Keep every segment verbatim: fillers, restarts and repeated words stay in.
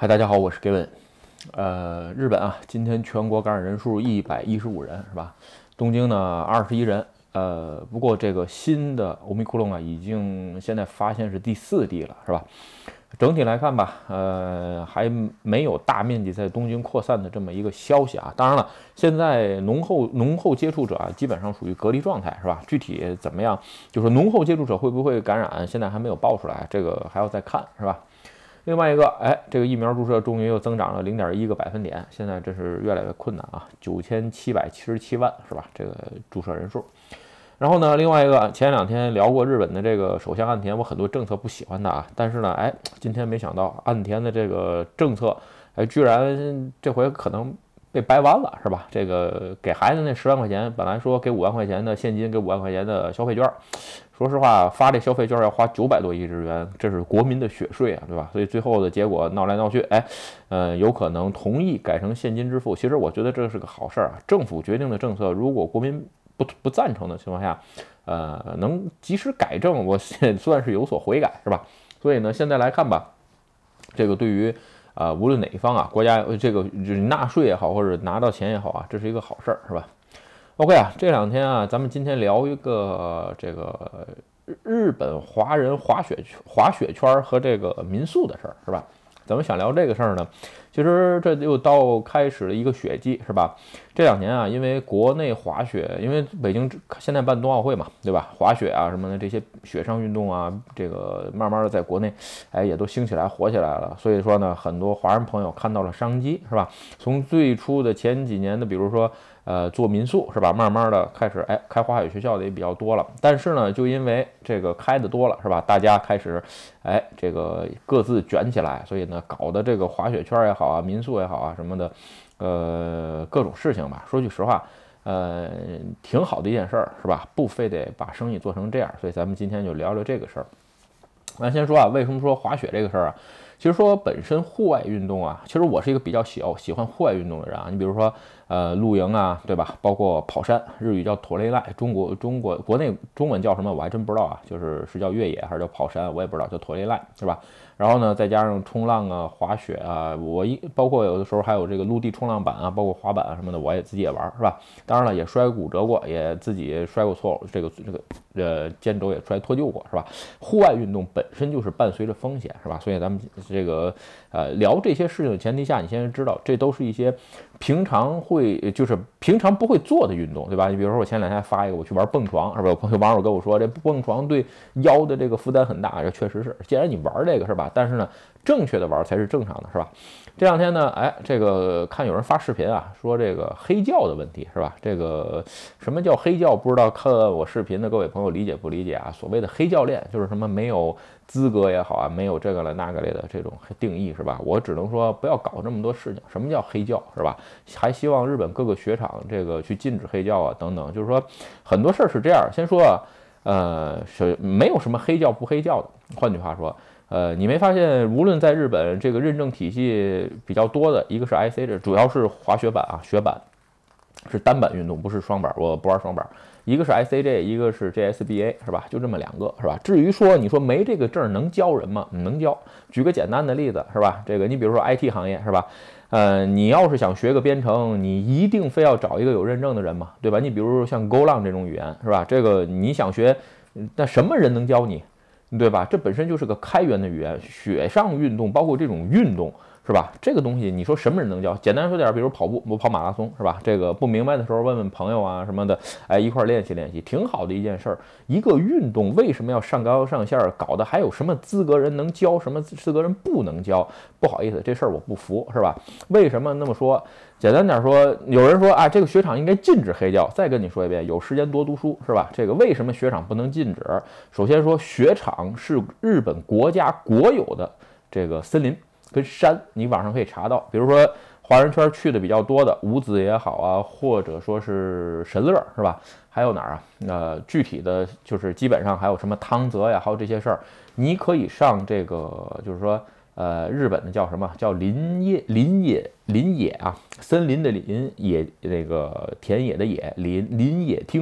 嗨，大家好，我是 Gavin。呃，日本啊，今天全国感染人数一百一十五人，是吧？东京呢二十一人。呃，不过这个新的欧米克隆啊，已经现在发现是第四例了，是吧？整体来看吧，呃，还没有大面积在东京扩散的这么一个消息啊。当然了，现在浓厚浓厚接触者啊，基本上属于隔离状态，是吧？具体怎么样，就是浓厚接触者会不会感染，现在还没有爆出来，这个还要再看，是吧？另外一个，哎，这个疫苗注射终于又增长了零点一个百分点，现在这是越来越困难啊，九千七百七十七万是吧？这个注射人数。然后呢，另外一个，前两天聊过日本的这个首相岸田，我很多政策不喜欢的啊，但是呢，哎，今天没想到岸田的这个政策，哎，居然这回可能被掰弯了，是吧？这个给孩子那十万块钱，本来说给五万块钱的现金，给五万块钱的消费券。说实话，发这消费券要花九百多亿日元，这是国民的血税啊，对吧？所以最后的结果闹来闹去，哎，呃，有可能同意改成现金支付。其实我觉得这是个好事儿啊。政府决定的政策，如果国民不不赞成的情况下，呃，能及时改正，我算是有所悔改，是吧？所以呢，现在来看吧，这个对于啊、呃，无论哪一方啊，国家这个就是纳税也好，或者拿到钱也好啊，这是一个好事儿，是吧？OK 啊，这两天啊，咱们今天聊一个这个日本华人滑雪滑雪圈和这个民宿的事儿，是吧？怎么想聊这个事儿呢？其实这又到开始了一个雪季，是吧？这两年啊，因为国内滑雪，因为北京现在办冬奥会嘛，对吧？滑雪啊什么的这些雪上运动啊，这个慢慢的在国内，哎，也都兴起来、火起来了。所以说呢，很多华人朋友看到了商机，是吧？从最初的前几年的，比如说。呃，做民宿是吧？慢慢的开始，哎，开滑雪学校的也比较多了。但是呢，就因为这个开的多了，是吧？大家开始，哎，这个各自卷起来，所以呢，搞的这个滑雪圈也好啊，民宿也好啊，什么的，呃，各种事情吧。说句实话，呃，挺好的一件事儿，是吧？不非得把生意做成这样。所以咱们今天就聊聊这个事儿。咱先说啊，为什么说滑雪这个事儿啊？其实说本身户外运动啊，其实我是一个比较喜喜欢户外运动的人啊。你比如说，呃，露营啊，对吧？包括跑山，日语叫托雷赖，中国中国国内中文叫什么我还真不知道啊，就是是叫越野还是叫跑山，我也不知道，叫托雷赖，是吧？然后呢，再加上冲浪啊、滑雪啊，我一包括有的时候还有这个陆地冲浪板啊，包括滑板啊什么的，我也自己也玩，是吧？当然了，也摔骨折过，也自己摔过错，这个这个呃肩肘也摔脱臼过，是吧？户外运动本身就是伴随着风险，是吧？所以咱们这个呃聊这些事情的前提下，你先知道这都是一些平常会就是平常不会做的运动，对吧？你比如说我前两天发一个我去玩蹦床，是吧？有朋友网友跟我说这蹦床对腰的这个负担很大，这确实是。既然你玩这个是吧？但是呢，正确的玩才是正常的，是吧？这两天呢，哎，这个看有人发视频啊，说这个黑教的问题，是吧？这个什么叫黑教？不知道看我视频的各位朋友理解不理解啊？所谓的黑教练就是什么没有资格也好啊，没有这个了那个类的这种定义，是吧？我只能说不要搞这么多事情。什么叫黑教，是吧？还希望日本各个雪场这个去禁止黑教啊，等等。就是说很多事儿是这样。先说啊，呃，是没有什么黑教不黑教的。换句话说。呃，你没发现，无论在日本这个认证体系比较多的，一个是 I C， 这主要是滑雪板啊，雪板是单板运动，不是双板，我不玩双板。一个是 I C J， 一个是 J S B A， 是吧？就这么两个，是吧？至于说你说没这个证能教人吗？能教。举个简单的例子，是吧？这个你比如说 I T 行业，是吧？呃，你要是想学个编程，你一定非要找一个有认证的人嘛，对吧？你比如说像 Golang 这种语言，是吧？这个你想学，那什么人能教你？对吧？这本身就是个开源的语言，雪上运动，包括这种运动，是吧？这个东西你说什么人能教？简单说点，比如跑步，我跑马拉松，是吧？这个不明白的时候问问朋友啊什么的，哎，一块练习练习，挺好的一件事儿。一个运动为什么要上纲上线，搞的还有什么资格人能教，什么资格人不能教？不好意思，这事儿我不服，是吧？为什么那么说？简单点说，有人说啊，这个雪场应该禁止黑教。再跟你说一遍，有时间多读书，是吧？这个为什么雪场不能禁止？首先说，雪场是日本国家国有的这个森林跟山，你网上可以查到。比如说华人圈去的比较多的五子也好啊，或者说是神乐，是吧？还有哪儿啊？呃，具体的就是基本上还有什么汤泽呀，还有这些事儿，你可以上这个，就是说。呃，日本的叫什么？叫林野林野林野啊，森林的林野，那个田野的野，林林野厅。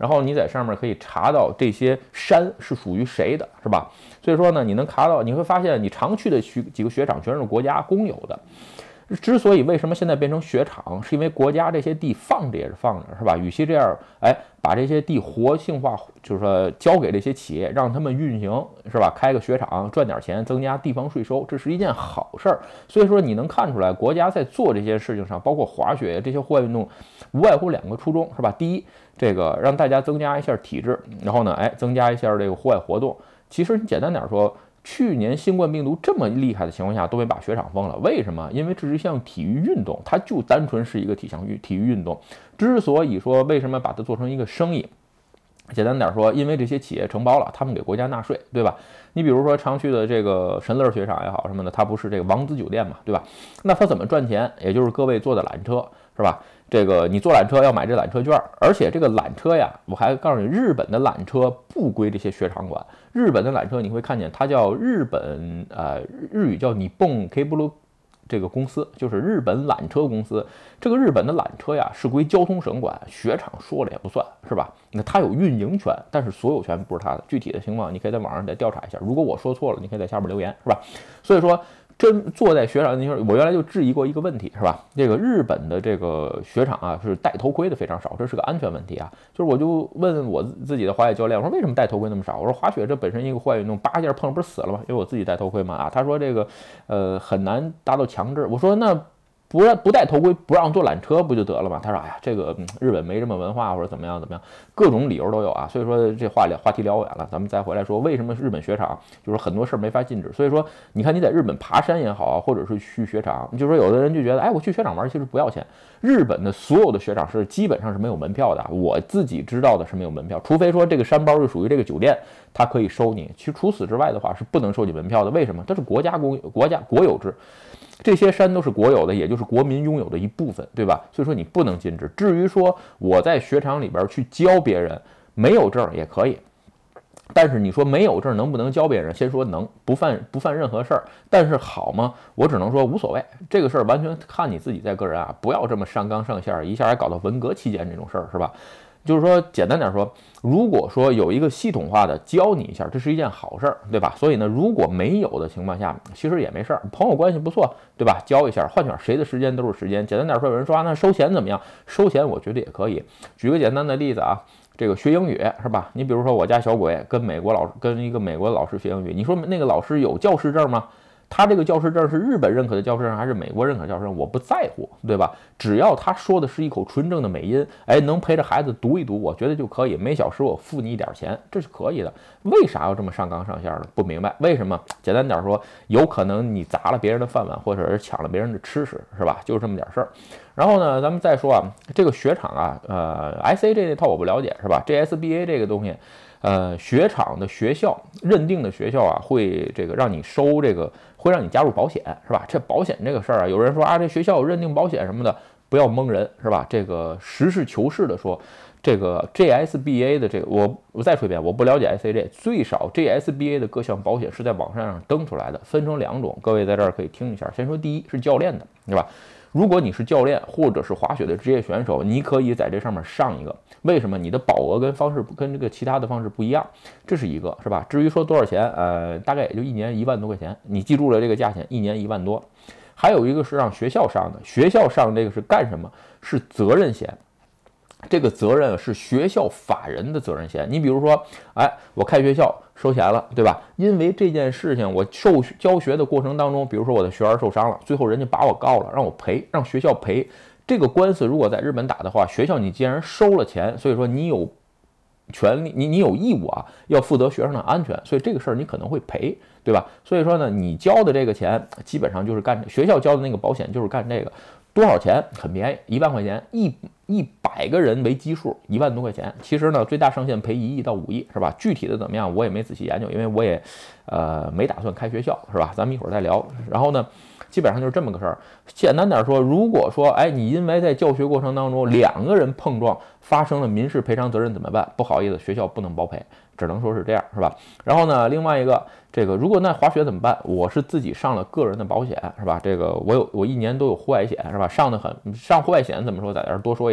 然后你在上面可以查到这些山是属于谁的，是吧？所以说呢，你能查到，你会发现你常去的几个雪场全是国家公有的。之所以为什么现在变成雪场，是因为国家这些地放着也是放着，是吧？与其这样，哎，把这些地活性化，就是说交给这些企业，让他们运行，是吧？开个雪场赚点钱，增加地方税收，这是一件好事儿。所以说你能看出来，国家在做这些事情上，包括滑雪这些户外运动，无外乎两个初衷，是吧？第一，这个让大家增加一下体质，然后呢，哎，增加一下这个户外活动。其实你简单点说。去年新冠病毒这么厉害的情况下，都没把雪场封了，为什么？因为这是一项体育运动，它就单纯是一个体项运体育运动。之所以说为什么把它做成一个生意，简单点说，因为这些企业承包了，他们给国家纳税，对吧？你比如说常去的这个神乐雪场也好什么的，它不是这个王子酒店嘛，对吧？那它怎么赚钱？也就是各位坐的缆车，是吧？这个你坐缆车要买这缆车券，而且这个缆车呀，我还告诉你，日本的缆车不归这些雪场管。日本的缆车你会看见，它叫日本呃日语叫你蹦 Cable 这个公司，就是日本缆车公司。这个日本的缆车呀是归交通省管，雪场说了也不算，是吧？那它有运营权，但是所有权不是它的。具体的情况你可以在网上再调查一下，如果我说错了，你可以在下面留言，是吧？所以说。真坐在雪场，你说我原来就质疑过一个问题，是吧？这个日本的这个雪场啊，是戴头盔的非常少，这是个安全问题啊。就是我就问我自己的滑雪教练，我说为什么戴头盔那么少？我说滑雪这本身一个户外运动，叭一下碰不是死了吗？因为我自己戴头盔嘛啊。他说这个呃很难达到强制。我说那。不让不戴头盔，不让坐缆车不就得了吗？他说：“哎呀，这个、嗯、日本没这么文化，或者怎么样怎么样，各种理由都有啊。所以说这话聊话题聊远了，咱们再回来说为什么日本雪场就是很多事儿没法禁止。所以说，你看你在日本爬山也好啊，或者是去雪场，就是说有的人就觉得，哎，我去雪场玩其实不要钱。日本的所有的雪场是基本上是没有门票的，我自己知道的是没有门票，除非说这个山包是属于这个酒店，它可以收你。其实除此之外的话是不能收你门票的。为什么？这是国家公国家国有制。”这些山都是国有的，也就是国民拥有的一部分，对吧？所以说你不能禁止。至于说我在雪场里边去教别人，没有证也可以，但是你说没有证能不能教别人？先说能，不犯不犯任何事儿。但是好吗？我只能说无所谓，这个事儿完全看你自己在个人啊，不要这么上纲上线，一下还搞到文革期间这种事儿，是吧？就是说，简单点说，如果说有一个系统化的教你一下，这是一件好事儿，对吧？所以呢，如果没有的情况下，其实也没事儿，朋友关系不错，对吧？教一下，换句话，谁的时间都是时间。简单点说，有人说啊，那收钱怎么样？收钱我觉得也可以。举个简单的例子啊，这个学英语是吧？你比如说我家小鬼跟美国老师跟一个美国老师学英语，你说那个老师有教师证吗？他这个教师证是日本认可的教师证还是美国认可教师证？我不在乎，对吧？只要他说的是一口纯正的美音，哎，能陪着孩子读一读，我觉得就可以。每小时我付你一点钱，这是可以的。为啥要这么上纲上线呢？不明白为什么？简单点说，有可能你砸了别人的饭碗，或者是抢了别人的吃食，是吧？就是这么点事儿。然后呢，咱们再说啊，这个雪场啊，呃 ，S A 这那套我不了解，是吧？这 S B A 这个东西。呃，雪场的学校认定的学校啊，会这个让你收这个，会让你加入保险，是吧？这保险这个事儿啊，有人说啊，这学校有认定保险什么的，不要蒙人，是吧？这个实事求是的说，这个 G S B A 的这个，我我再说一遍，我不了解 S A J， 最少 G S B A 的各项保险是在网上登出来的，分成两种，各位在这儿可以听一下。先说第一是教练的，对吧？如果你是教练或者是滑雪的职业选手，你可以在这上面上一个。为什么？你的保额跟方式跟这个其他的方式不一样，这是一个，是吧？至于说多少钱，呃，大概也就一年一万多块钱，你记住了这个价钱，一年一万多。还有一个是让学校上的，学校上这个是干什么？是责任险。这个责任是学校法人的责任险。你比如说，哎，我开学校收钱了，对吧？因为这件事情，我受教学的过程当中，比如说我的学员受伤了，最后人家把我告了，让我赔，让学校赔。这个官司如果在日本打的话，学校你既然收了钱，所以说你有权利，你你有义务啊，要负责学生的安全，所以这个事儿你可能会赔，对吧？所以说呢，你交的这个钱基本上就是干学校交的那个保险就是干这个。多少钱？很便宜，一万块钱，一一百个人为基数，一万多块钱。其实呢，最大上限赔一亿到五亿，是吧？具体的怎么样，我也没仔细研究，因为我也呃没打算开学校，是吧？咱们一会儿再聊。然后呢，基本上就是这么个事儿。简单点说，如果说，哎，你因为在教学过程当中两个人碰撞发生了民事赔偿责任怎么办？不好意思，学校不能包赔，只能说是这样，是吧？然后呢，另外一个，这个如果那滑雪怎么办？我是自己上了个人的保险，是吧？这个我有我一年都有户外险，是吧？上的很上户外险怎么说？在这儿多说一点。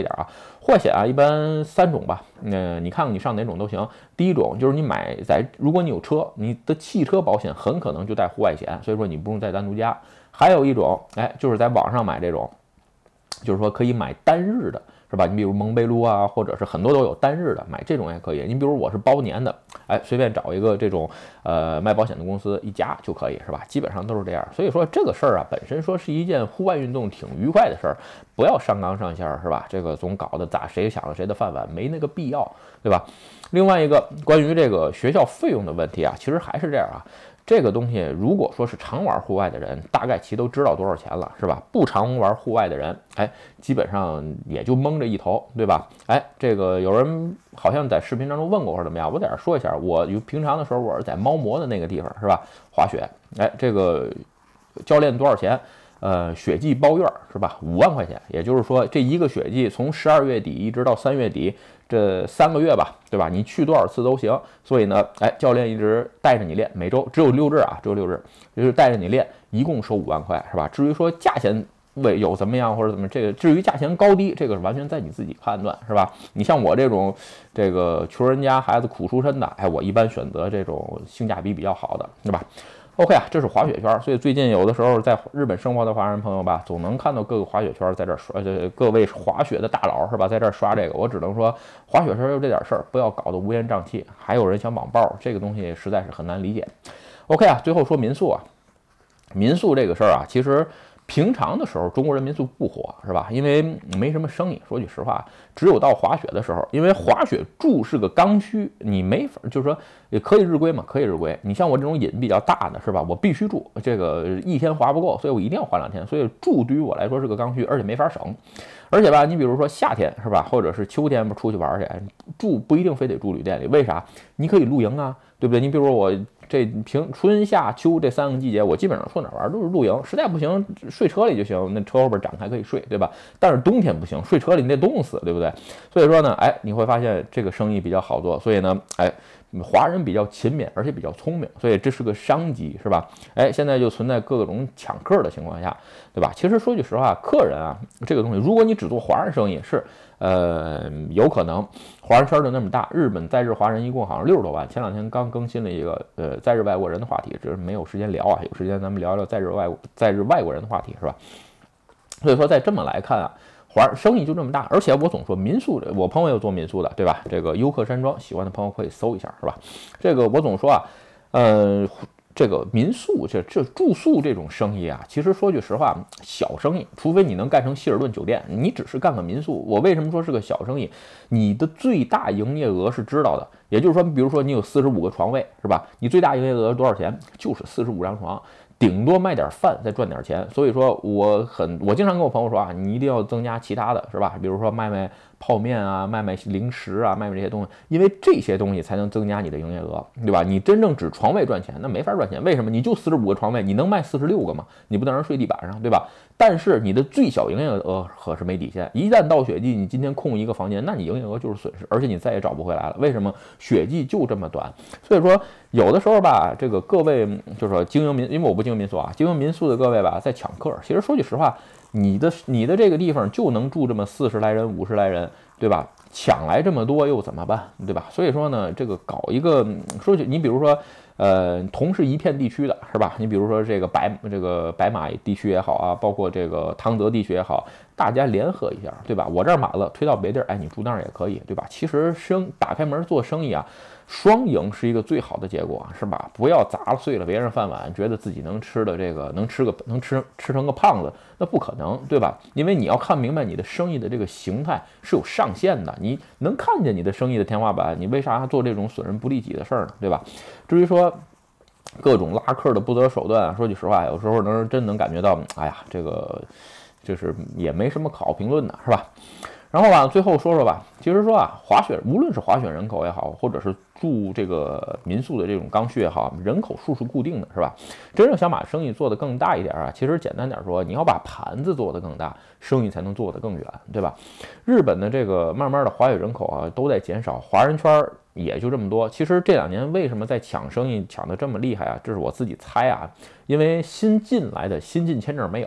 点啊。户外险啊，一般三种吧，呃，你看看你上哪种都行。第一种就是你买在，如果你有车，你的汽车保险很可能就带户外险，所以说你不用再单独加。还有一种，哎，就是在网上买这种，就是说可以买单日的。是吧？你比如蒙贝撸啊，或者是很多都有单日的，买这种也可以。你比如我是包年的，哎，随便找一个这种呃卖保险的公司一加就可以，是吧？基本上都是这样。所以说这个事儿啊，本身说是一件户外运动挺愉快的事儿，不要上纲上线，是吧？这个总搞得咋谁抢了谁的饭碗，没那个必要，对吧？另外一个关于这个学校费用的问题啊，其实还是这样啊。这个东西，如果说是常玩户外的人，大概其都知道多少钱了，是吧？不常玩户外的人，哎，基本上也就蒙着一头，对吧？哎，这个有人好像在视频当中问过或者怎么样，我在这说一下，我平常的时候我是在猫魔的那个地方，是吧？滑雪，哎，这个教练多少钱？呃，雪季包月是吧？五万块钱，也就是说这一个雪季从十二月底一直到三月底这三个月吧，对吧？你去多少次都行。所以呢，哎，教练一直带着你练，每周只有六日啊，只有六日，就是带着你练，一共收五万块，是吧？至于说价钱为有怎么样或者怎么，这个至于价钱高低，这个是完全在你自己判断，是吧？你像我这种这个穷人家孩子苦出身的，哎，我一般选择这种性价比比较好的，对吧？OK 啊，这是滑雪圈，所以最近有的时候在日本生活的华人朋友吧，总能看到各个滑雪圈在这刷，呃，各位滑雪的大佬是吧，在这刷这个。我只能说，滑雪圈就这点事儿，不要搞得乌烟瘴气。还有人想网暴，这个东西实在是很难理解。OK 啊，最后说民宿啊，民宿这个事儿啊，其实平常的时候中国人民宿不火，是吧？因为没什么生意。说句实话，只有到滑雪的时候，因为滑雪住是个刚需，你没法，就是说也可以日归嘛，可以日归。你像我这种瘾比较大的，是吧？我必须住，这个一天滑不够，所以我一定要滑两天。所以住对于我来说是个刚需，而且没法省。而且吧，你比如说夏天是吧，或者是秋天不出去玩去，住不一定非得住旅店里，为啥？你可以露营啊，对不对？你比如说我。这平春夏秋这三个季节，我基本上说哪玩都是露营，实在不行睡车里就行，那车后边展开可以睡，对吧？但是冬天不行，睡车里你得冻死，对不对？所以说呢，哎，你会发现这个生意比较好做，所以呢，哎，华人比较勤勉，而且比较聪明，所以这是个商机，是吧？哎，现在就存在各种抢客的情况下，对吧？其实说句实话，客人啊，这个东西，如果你只做华人生意，是。呃，有可能华人圈就那么大，日本在日华人一共好像六十多万。前两天刚更新了一个呃在日外国人的话题，只是没有时间聊啊，有时间咱们聊聊在日外在日外国人的话题，是吧？所以说，在这么来看啊，华生意就这么大，而且我总说民宿，我朋友有做民宿的，对吧？这个优客山庄，喜欢的朋友可以搜一下，是吧？这个我总说啊，呃。这个民宿这这住宿这种生意啊，其实说句实话，小生意，除非你能干成希尔顿酒店，你只是干个民宿。我为什么说是个小生意？你的最大营业额是知道的，也就是说，比如说你有四十五个床位，是吧？你最大营业额多少钱？就是四十五张床。顶多卖点饭，再赚点钱。所以说，我很，我经常跟我朋友说啊，你一定要增加其他的，是吧？比如说卖卖泡面啊，卖卖零食啊，卖卖这些东西，因为这些东西才能增加你的营业额，对吧？你真正只床位赚钱，那没法赚钱。为什么？你就四十五个床位，你能卖四十六个吗？你不能让人睡地板上，对吧？但是你的最小营业额可是没底线，一旦到雪季，你今天空一个房间，那你营业额就是损失，而且你再也找不回来了。为什么？雪季就这么短，所以说有的时候吧，这个各位就是说经营民，因为我不经营民宿啊，经营民宿的各位吧，在抢客。其实说句实话，你的你的这个地方就能住这么四十来人、五十来人，对吧？抢来这么多又怎么办，对吧？所以说呢，这个搞一个说句，你比如说。呃，同是一片地区的是吧？你比如说这个白这个白马地区也好啊，包括这个汤泽地区也好，大家联合一下，对吧？我这儿满了，推到别地儿，哎，你住那儿也可以，对吧？其实生打开门做生意啊，双赢是一个最好的结果，是吧？不要砸了碎了别人饭碗，觉得自己能吃的这个能吃个能吃吃成个胖子，那不可能，对吧？因为你要看明白你的生意的这个形态是有上限的，你能看见你的生意的天花板，你为啥做这种损人不利己的事儿呢？对吧？至于说各种拉客的不择手段啊，说句实话，有时候能真能感觉到，哎呀，这个就是也没什么可好评论的，是吧？然后吧，最后说说吧，其实说啊，滑雪无论是滑雪人口也好，或者是住这个民宿的这种刚需也好，人口数是固定的，是吧？真正想把生意做得更大一点啊，其实简单点说，你要把盘子做得更大，生意才能做得更远，对吧？日本的这个慢慢的滑雪人口啊都在减少，华人圈也就这么多。其实这两年为什么在抢生意抢得这么厉害啊？这是我自己猜啊，因为新进来的新进签证没有。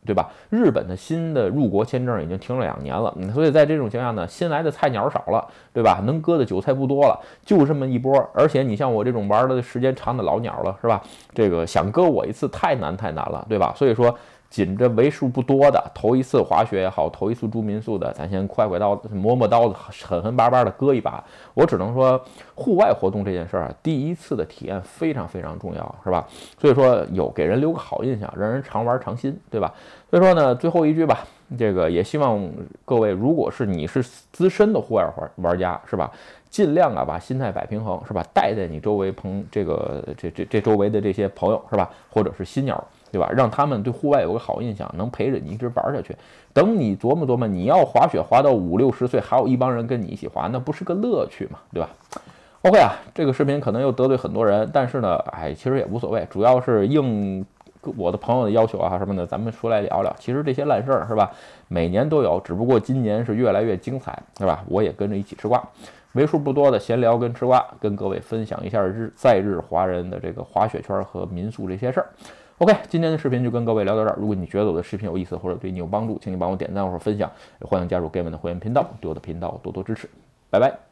对吧？日本的新的入国签证已经停了两年了，所以在这种情况下呢，新来的菜鸟少了，对吧？能割的韭菜不多了，就这么一波。而且你像我这种玩的时间长的老鸟了，是吧？这个想割我一次太难太难了，对吧？所以说，仅这为数不多的头一次滑雪也好，头一次住民宿的，咱先快快刀磨磨刀子，狠狠巴巴的割一把。我只能说，户外活动这件事儿啊，第一次的体验非常非常重要，是吧？所以说有给人留个好印象，让人常玩常新，对吧？所以说呢，最后一句吧，这个也希望各位，如果是你是资深的户外玩玩家，是吧？尽量啊把心态摆平衡，是吧？带在你周围朋这个这这这周围的这些朋友，是吧？或者是新鸟，对吧？让他们对户外有个好印象，能陪着你一直玩下去。等你琢磨琢磨，你要滑雪滑到五六十岁，还有一帮人跟你一起滑，那不是个乐趣嘛，对吧？OK 啊，这个视频可能又得罪很多人，但是呢，哎，其实也无所谓，主要是应我的朋友的要求啊什么的，咱们说来聊聊。其实这些烂事儿是吧，每年都有，只不过今年是越来越精彩，是吧？我也跟着一起吃瓜，为数不多的闲聊跟吃瓜，跟各位分享一下日在日华人的这个滑雪圈和民宿这些事儿。OK， 今天的视频就跟各位聊到这儿。如果你觉得我的视频有意思或者对你有帮助，请你帮我点赞或者分享，也欢迎加入 Gavin 的会员频道，对我的频道多多支持。拜拜。